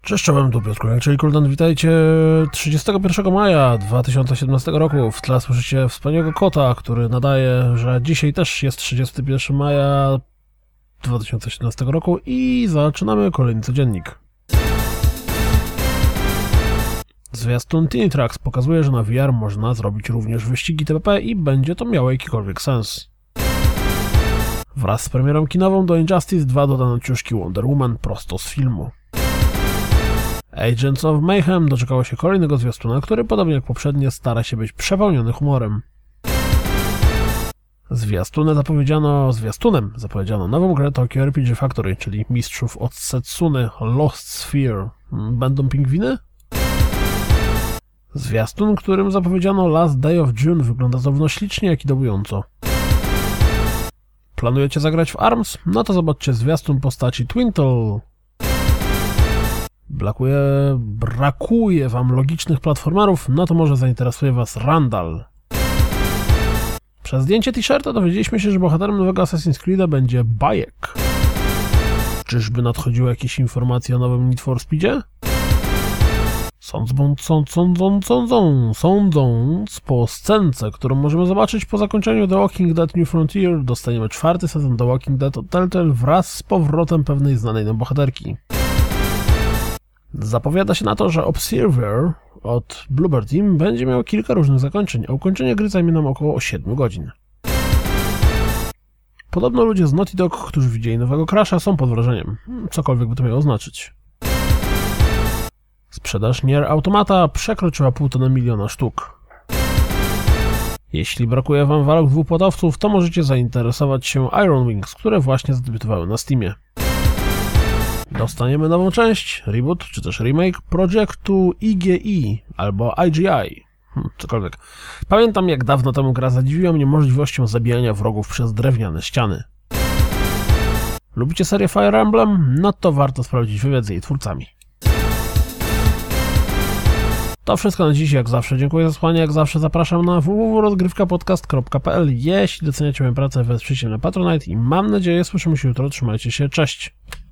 Cześć, czołem, tu Piotr Kulek, czyli Kuldan. Witajcie 31 maja 2017 roku. W tle słyszycie wspaniałego kota, który nadaje, że dzisiaj też jest 31 maja 2017 roku i zaczynamy kolejny codziennik. Zwiastun Tinitrax pokazuje, że na VR można zrobić również wyścigi TPP i będzie to miało jakikolwiek sens. Wraz z premierą kinową do Injustice 2 dodano ciuszki Wonder Woman prosto z filmu. Agents of Mayhem doczekało się kolejnego zwiastuna, który podobnie jak poprzednie stara się być przepełniony humorem. Zwiastunem zapowiedziano nową grę Tokyo RPG Factory, czyli mistrzów od Setsuny Lost Sphere. Będą pingwiny? Zwiastun, którym zapowiedziano Last Day of June, wygląda zarówno ślicznie, jak i dołująco. Planujecie zagrać w ARMS? No to zobaczcie zwiastun postaci Twintle. Brakuje wam logicznych platformerów, no to może zainteresuje was Randall. Przez zdjęcie t-shirta dowiedzieliśmy się, że bohaterem nowego Assassin's Creed'a będzie Bayek. Czyżby nadchodziły jakieś informacje o nowym Need for Speedzie? Sądząc po scence, którą możemy zobaczyć po zakończeniu The Walking Dead New Frontier, dostaniemy 4. sezon The Walking Dead od Telltale wraz z powrotem pewnej znanej nam bohaterki. Zapowiada się na to, że Observer od Bloober Team będzie miał kilka różnych zakończeń, a ukończenie gry zajmie nam około 7 godzin. Podobno ludzie z Naughty Dog, którzy widzieli nowego Crasha, są pod wrażeniem, cokolwiek by to miało znaczyć. Sprzedaż Nier Automata przekroczyła 1,5 miliona sztuk. Jeśli brakuje wam walk dwupłatowców, to możecie zainteresować się Iron Wings, które właśnie zadebiutowały na Steamie. Dostaniemy nową część, reboot czy też remake projektu IGI albo IGI, cokolwiek. Pamiętam, jak dawno temu gra zadziwiła mnie możliwością zabijania wrogów przez drewniane ściany. Lubicie serię Fire Emblem? No to warto sprawdzić wywiad z jej twórcami. To wszystko na dziś, jak zawsze dziękuję za słuchanie, jak zawsze zapraszam na www.rozgrywkapodcast.pl. Jeśli doceniacie moją pracę, wesprzyjcie na Patronite i mam nadzieję słyszymy się jutro, trzymajcie się, cześć!